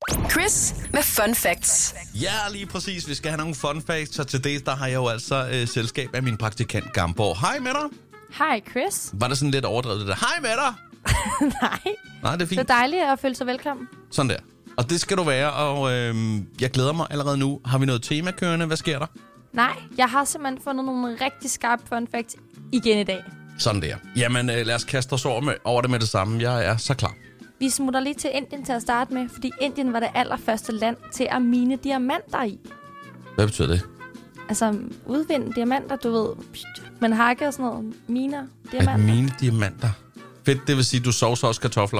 Quiz med fun facts. Ja, lige præcis. Vi skal have nogle fun facts, og til det, der har jeg jo altså selskab af min praktikant Gamborg. Hej med dig. Hej, Chris. Var det sådan lidt overdrevet det der? Hej med dig. Nej, det er fint. Det er dejligt at føle sig velkommen. Sådan der. Og det skal du være, og jeg glæder mig allerede nu. Har vi noget tema kørende? Hvad sker der? Nej, jeg har simpelthen fundet nogle rigtig skarpe fun facts igen i dag. Sådan der. Jamen, lad os kaste os over det med det samme. Jeg er så klar. Vi smutter lige til Indien til at starte med, fordi Indien var det allerførste land til at mine diamanter i. Hvad betyder det? Altså, udvinde diamanter, du ved. Man hakker og sådan noget. Miner diamanter. At mine diamanter. Fedt, det vil sige, du sovser også kartofler.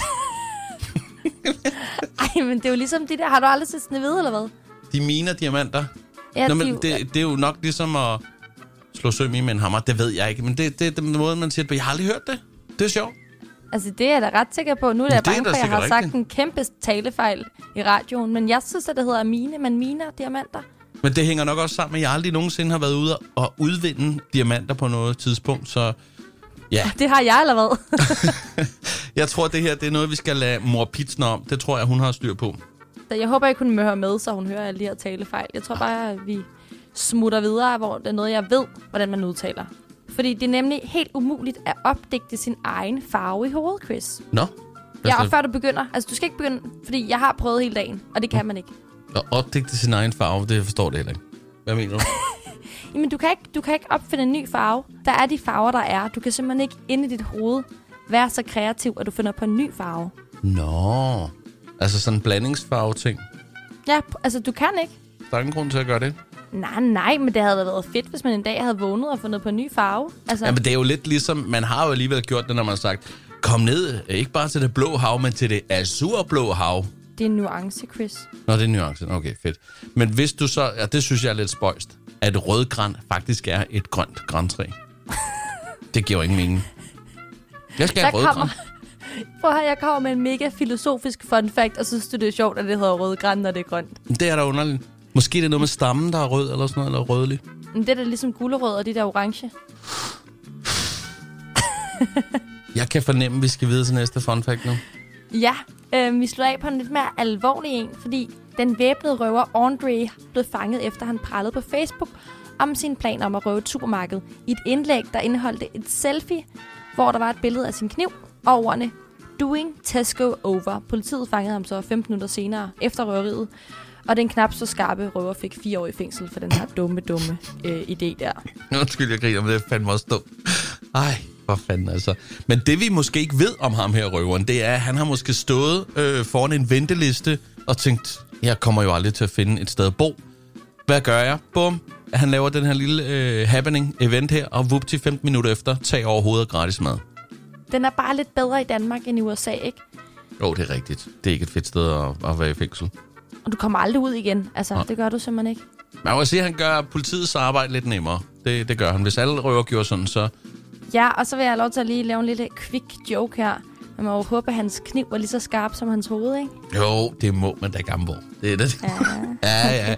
Ej, men det er jo ligesom de der. Har du aldrig set Snehvide, eller hvad? De miner diamanter? Ja, Nå, men det er jo nok ligesom at slå søm i med en hammer. Det ved jeg ikke, men det er den måde, man siger det på. Jeg har aldrig hørt det. Det er sjovt. Altså, det er jeg da ret sikker på. Nu er jeg bange for, at jeg har sagt en kæmpe talefejl i radioen. Men jeg synes, at det hedder mine. Man miner diamanter. Men det hænger nok også sammen med, at jeg aldrig nogensinde har været ude og udvinde diamanter på noget tidspunkt, så ja. Det har jeg allerede. Jeg tror, at det her det er noget, vi skal lade mor Pitsner om. Det tror jeg, hun har styr på. Jeg håber ikke, hun hører med, så hun hører alle de her talefejl. Jeg tror bare, at vi smutter videre, hvor det er noget, jeg ved, hvordan man udtaler. Fordi det er nemlig helt umuligt at opdigte sin egen farve i hovedet, Chris. Nå? Ja, og før du begynder. Altså, du skal ikke begynde, fordi jeg har prøvet hele dagen, og det kan man ikke. At opdigte sin egen farve, det forstår det heller ikke. Hvad mener du? Jamen, du kan ikke opfinde en ny farve. Der er de farver, der er. Du kan simpelthen ikke inde i dit hoved være så kreativ, at du finder på en ny farve. Nå. Altså sådan en blandingsfarve-ting? Ja, altså, du kan ikke. Der er ingen grund til at gøre det. Nej, men det havde da været fedt, hvis man en dag havde vågnet og fundet på en ny farve. Altså. Ja, men det er jo lidt ligesom, man har jo alligevel gjort det, når man har sagt, kom ned, ikke bare til det blå hav, men til det azurblå hav. Det er en nuance, Chris. Nå, det er en nuance. Okay, fedt. Men hvis du så, ja, det synes jeg er lidt spøjst, at rødgran faktisk er et grønt grantræ. Det giver jo ingen mening. Jeg skal have rødgran. Prøv her, jeg kommer med en mega filosofisk fun fact, og så synes du, det er sjovt, at det hedder rødgran, når det er grønt. Det er da underligt. Måske det er noget med stammen, der er rød, eller sådan noget, eller rødlig. Men det er da ligesom gulerød og de der orange. Jeg kan fornemme, at vi skal videre til næste fun fact nu. Ja, vi slår af på en lidt mere alvorlig en, fordi den væbnede røver Andre blev fanget efter han prallede på Facebook om sin plan om at røve et supermarked i et indlæg, der indeholdte et selfie, hvor der var et billede af sin kniv og ordene Doing Tesco Over. Politiet fangede ham så 15 minutter senere efter røveriet, og den knap så skarpe røver fik 4 år i fængsel for den her dumme idé der. Undskyld, jeg griner, men det er fandme også dumt. Ej, hvor fanden altså. Men det vi måske ikke ved om ham her røveren, det er, at han har måske stået foran en venteliste og tænkt, jeg kommer jo aldrig til at finde et sted at bo. Hvad gør jeg? Bum. Han laver den her lille happening-event her, og vupti 15 minutter efter, tag over hovedet gratis mad. Den er bare lidt bedre i Danmark end i USA, ikke? Jo, det er rigtigt. Det er ikke et fedt sted at være i fængsel. Og du kommer aldrig ud igen. Altså, det gør du simpelthen ikke. Man må sige, at han gør politiets arbejde lidt nemmere. Det gør han. Hvis alle røver gjorde sådan, så... Ja, og så vil jeg have lov til at lige lave en lille quick joke her. Man må jo håbe, at hans kniv var lige så skarp som hans hoved, ikke? Jo, det må man da Gamborg. Det er det. Ja.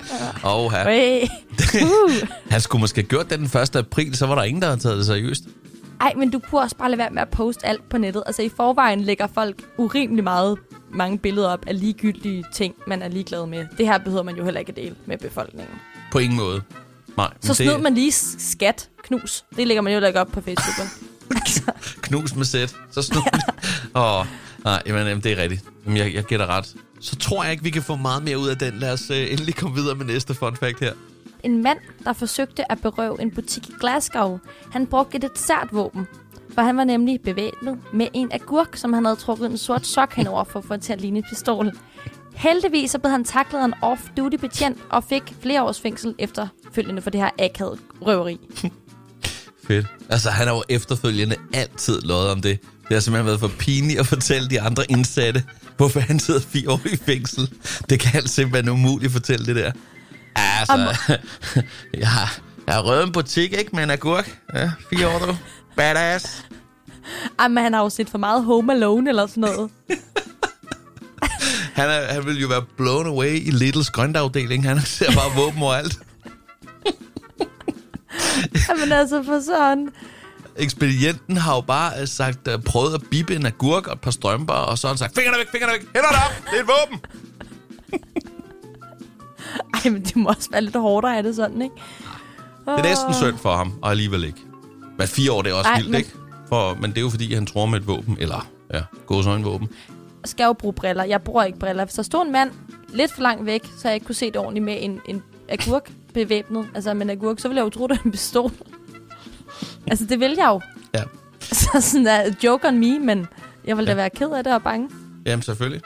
Han skulle måske have gjort det den 1. april, så var der ingen, der havde taget det seriøst. Ej, men du kunne også bare lade være med at poste alt på nettet. Altså i forvejen lægger folk urimelig mange billeder op af ligegyldige ting, man er ligeglad med. Det her behøver man jo heller ikke at dele med befolkningen. På ingen måde. Nej. Så snød man lige skat, knus. Det lægger man jo ikke op på Facebook. Knus med sæt. Så snød nej, jamen, det er rigtigt. Jamen, jeg gætter ret. Så tror jeg ikke, vi kan få meget mere ud af den. Lad os endelig komme videre med næste fun fact her. En mand, der forsøgte at berøve en butik i Glasgow, han brugte et sært våben. For han var nemlig bevæbnet med en agurk, som han havde trukket en sort sok henover for at få til at ligne en pistol. Heldigvis så blev han taklet af en off-duty betjent og fik flere års fængsel efterfølgende for det her akavede røveri. Fedt. Altså, han har jo efterfølgende altid løjet om det. Det har simpelthen været for pinligt at fortælle de andre indsatte, hvorfor han sidder 4 år i fængsel. Det kan altså simpelthen umuligt at fortælle det der. Altså, jeg har røvet en butik, ikke? Med en agurk. Ja, 4 år, du. Badass. Men han har jo set for meget Home Alone eller sådan noget. Han vil jo være blown away i Littles grøntafdeling. Han ser bare våben og alt. Jamen altså, for sådan... Ekspedienten har jo bare prøvet at bippe en agurk og et par strømper, og så har han sagt, fingrene væk, hænderne op, det er et våben. Ej, men det må også være lidt hårdt at have det sådan, ikke? Det er næsten synd for ham, og alligevel ikke. Men 4 år, det er også vildt, ikke? Men det er jo fordi, han tror med et våben, eller gåseøjnevåben. Skal jo bruge briller. Jeg bruger ikke briller. Hvis der stod en mand lidt for langt væk, så jeg ikke kunne se det ordentligt med en agurk bevæbnet. Altså med en agurk, så ville jeg jo tro, det var en pistol. Altså, det ville jeg jo. Ja. Så sådan der joke on me, men jeg ville da være ked af det og bange. Jamen, selvfølgelig.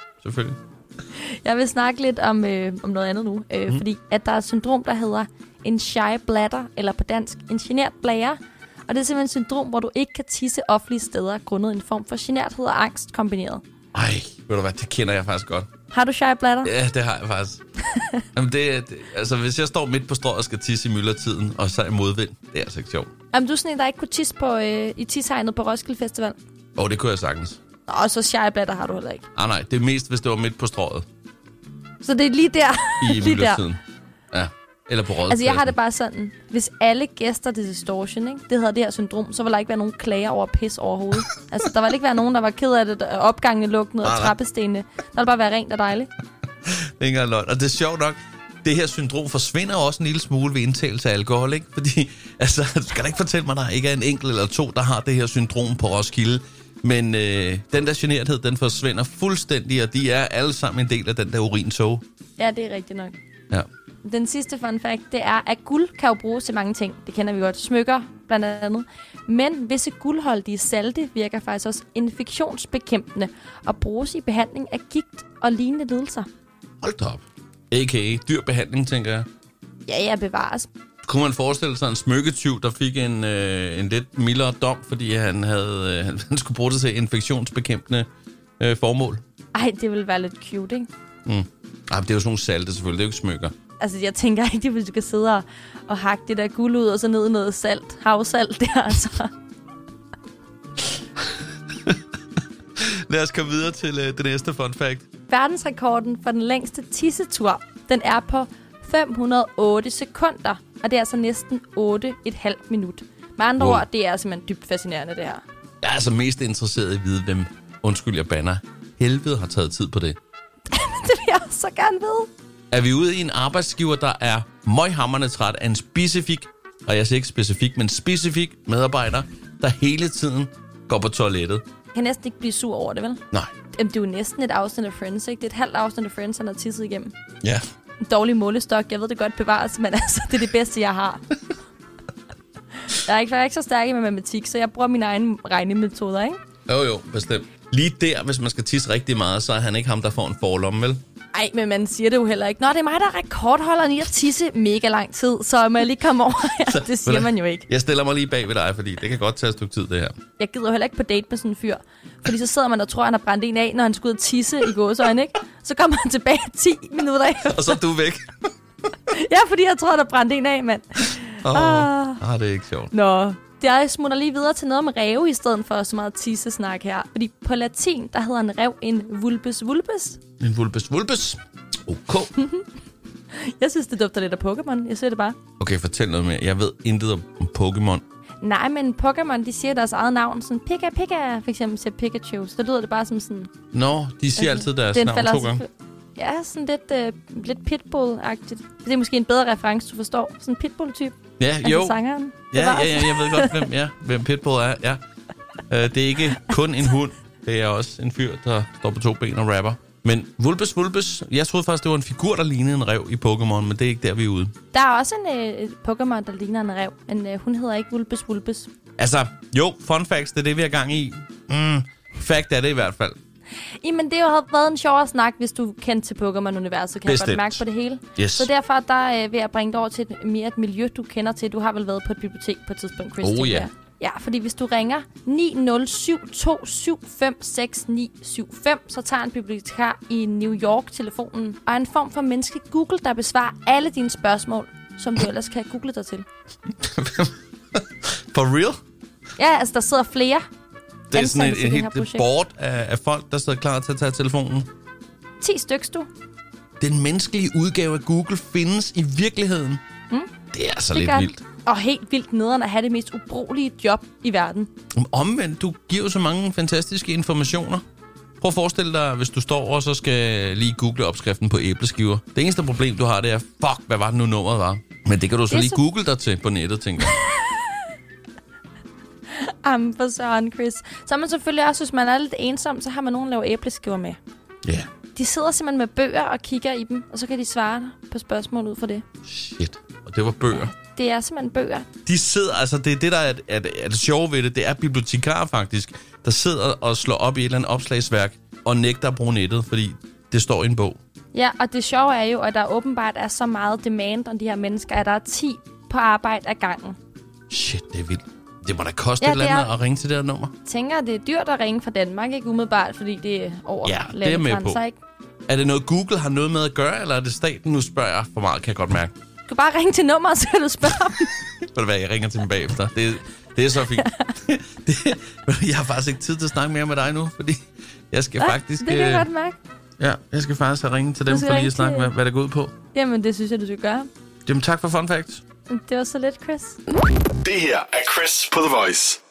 Jeg vil snakke lidt om noget andet nu. Fordi at der er et syndrom, der hedder en shy bladder, eller på dansk, en genert blære. Og det er simpelthen et syndrom, hvor du ikke kan tisse offentlige steder, grundet en form for generthed og angst kombineret. Ej, ved du hvad, det kender jeg faktisk godt. Har du shy bladder? Ja, det har jeg faktisk. Jamen, altså, hvis jeg står midt på strået og skal tisse i myldretiden, og så er modvind, det er altså ikke sjovt. Jamen, du er sådan en, der ikke kunne tisse i tishegnet på Roskilde Festival? Det kunne jeg sagtens. Og så shy bladder har du heller ikke? Nej, det er mest, hvis det var midt på strået. Så det er lige der? I myldretiden. Ja. Eller på rådpladsen. Altså, jeg har det bare sådan, hvis alle gæster til distortion, ikke, det hedder det her syndrom, så vil der ikke være nogen klager over pis overhovedet. Altså, der vil ikke være nogen, der var ked af det, opgangene lukkende og trappestenene. Der vil bare være rent og dejligt. Det er ikke engang. Og det er sjovt nok, det her syndrom forsvinder også en lille smule ved indtagelse af alkohol, ikke? Fordi, altså, du skal da ikke fortælle mig, der ikke er en enkelt eller to, der har det her syndrom på Roskilde. Men den der generthed, den forsvinder fuldstændig, og de er alle sammen en del af den der urinsåge. Ja, det er rigtigt nok. Ja. Den sidste fun fact, det er, at guld kan jo bruges til mange ting. Det kender vi godt. Smykker, blandt andet. Men visse guldholdige salte virker faktisk også infektionsbekæmpende og bruges i behandling af gigt og lignende lidelser. Hold da op. A.k.a. dyr behandling, tænker jeg. Ja, bevares. Kunne man forestille sig en smykketyv, der fik en lidt mildere dom, fordi han skulle bruge det til infektionsbekæmpende formål? Ej, det ville være lidt cute, ikke? Ej, det er jo sådan nogle salte selvfølgelig, det er jo ikke smykker. Altså, jeg tænker ikke, hvis du kan sidde og hakke det der guld ud, og så ned i noget salt, havsalt der, altså. Lad os komme videre til det næste fun fact. Verdensrekorden for den længste tissetur, den er på 508 sekunder, og det er altså næsten 8,5 minut. Med andre ord, det er simpelthen dybt fascinerende, det her. Jeg er altså mest interesseret i at vide, hvem, undskyld jeg banner, helvede har taget tid på det. Det vil jeg også så gerne vide. Er vi ude i en arbejdsgiver, der er møghamrende træt af en specifik, og jeg siger ikke specifik, men specifik medarbejder, der hele tiden går på toilettet? Jeg kan næsten ikke blive sur over det, vel? Nej. Jamen, det er jo næsten et afsnit af Friends, ikke? Det er et halvt afsnit af Friends, han har tisset igennem. Ja. En dårlig målestok, jeg ved det godt bevares, men altså, det er det bedste, jeg har. Jeg er ikke så stærk i matematik, så jeg bruger mine egne regnemetoder, ikke? Jo, bestemt. Lige der, hvis man skal tisse rigtig meget, så er han ikke ham, der får en forlomme, vel? Ej, men man siger det jo heller ikke. Nå, det er mig, der er rekordholderen i at tisse mega lang tid, så må jeg lige komme over her. Så, det siger man jo ikke. Jeg stiller mig lige bag ved dig, fordi det kan godt tage et stykke tid, det her. Jeg gider jo heller ikke på date med sådan en fyr. Fordi så sidder man og tror, han har brændt en af, når han skulle ud og tisse i gåseøjne, ikke? Så kommer han tilbage 10 minutter efter. Og så er du væk. Ja, fordi jeg tror, han har brændt en af, mand. Det er ikke sjovt. Nå, jeg smutter lige videre til noget med ræve, i stedet for så meget tissesnak her. Fordi på latin, der hedder en ræv en vulpes vulpes. En vulpes vulpes? Okay. Jeg synes, det dufter lidt af Pokémon. Jeg siger det bare. Okay, fortæl noget mere. Jeg ved intet om Pokémon. Nej, men Pokémon, de siger deres eget navn. Sådan Pika Pika, for eksempel, siger Pikachu. Så det lyder det bare som sådan... Nå, de siger altid deres navn 2 gange. Ja, sådan lidt pitbull-agtigt. Det er måske en bedre reference, du forstår. Sådan en pitbull-type. Ja, altså jo. Sangeren. Ja, jeg ved godt, hvem pitbull er. Ja. Det er ikke kun en hund. Det er også en fyr, der står på 2 ben og rapper. Men vulpes vulpes, jeg troede faktisk, det var en figur, der lignede en ræv i Pokémon, men det er ikke der, vi er ude. Der er også en Pokémon, der ligner en ræv, men hun hedder ikke vulpes vulpes. Altså, jo, fun facts, det er det, vi har gang i. Fact er det i hvert fald. Jamen, det har været en sjovere snak, hvis du kendte til Pokémon-universet, kan jeg godt mærke på det hele. Yes. Så derfor der vil jeg bringe dig over til et miljø, du kender til. Du har vel været på et bibliotek på et tidspunkt, Christy. Oh ja. Ja, fordi hvis du ringer 907275695, så tager en bibliotekar i New York telefonen, og er en form for menneske Google, der besvarer alle dine spørgsmål, som du ellers kan google dig til. For real? Ja, altså der sidder flere. Det er sådan et helt board af folk, der sidder klar til at tage telefonen. 10 stykker, du. Den menneskelige udgave af Google findes i virkeligheden. Det er altså lidt vildt. Og helt vildt nederen at have det mest ubrugelige job i verden. Omvendt, du giver jo så mange fantastiske informationer. Prøv at forestille dig, hvis du står og så skal lige google opskriften på æbleskiver. Det eneste problem, du har, det er, fuck, hvad var det nu nummeret var? Men det kan du så lige google dig til på nettet, tænker jeg. For søren, Chris. Så er man selvfølgelig også, hvis man er lidt ensom, så har man nogen, der laver æbleskiver med. Ja. Yeah. De sidder simpelthen med bøger og kigger i dem, og så kan de svare på spørgsmål ud fra det. Shit. Og det var bøger. Det er simpelthen bøger. De sidder, altså det er det, der er det sjove ved det, det er bibliotekarer faktisk, der sidder og slår op i et eller andet opslagsværk og nægter at bruge nettet, fordi det står i en bog. Ja, og det sjove er jo, at der åbenbart er så meget demand om de her mennesker, at der er 10 på arbejde ad gangen. Shit, det er vildt. Det må da koste et eller andet at ringe til det her nummer. Jeg tænker, det er dyrt at ringe fra Danmark, ikke umiddelbart, fordi det er over landegrænser, ikke? Er det noget, Google har noget med at gøre, eller er det staten, nu spørger jeg for meget, kan jeg godt mærke? Du kan bare ringe til nummeret, så kan du spørge dem. Ved du hvad, jeg ringer til dem bagefter. Det er så fint. Jeg har faktisk ikke tid til at snakke mere med dig nu, fordi jeg skal faktisk... Det kan jeg godt mærke. Ja, jeg skal faktisk have ringet til dem, for lige at snakke, hvad det går ud på. Jamen, det synes jeg, du skal gøre. Jamen, tak for fun facts. Det var så lidt, Chris. Det her er Chris på The Voice.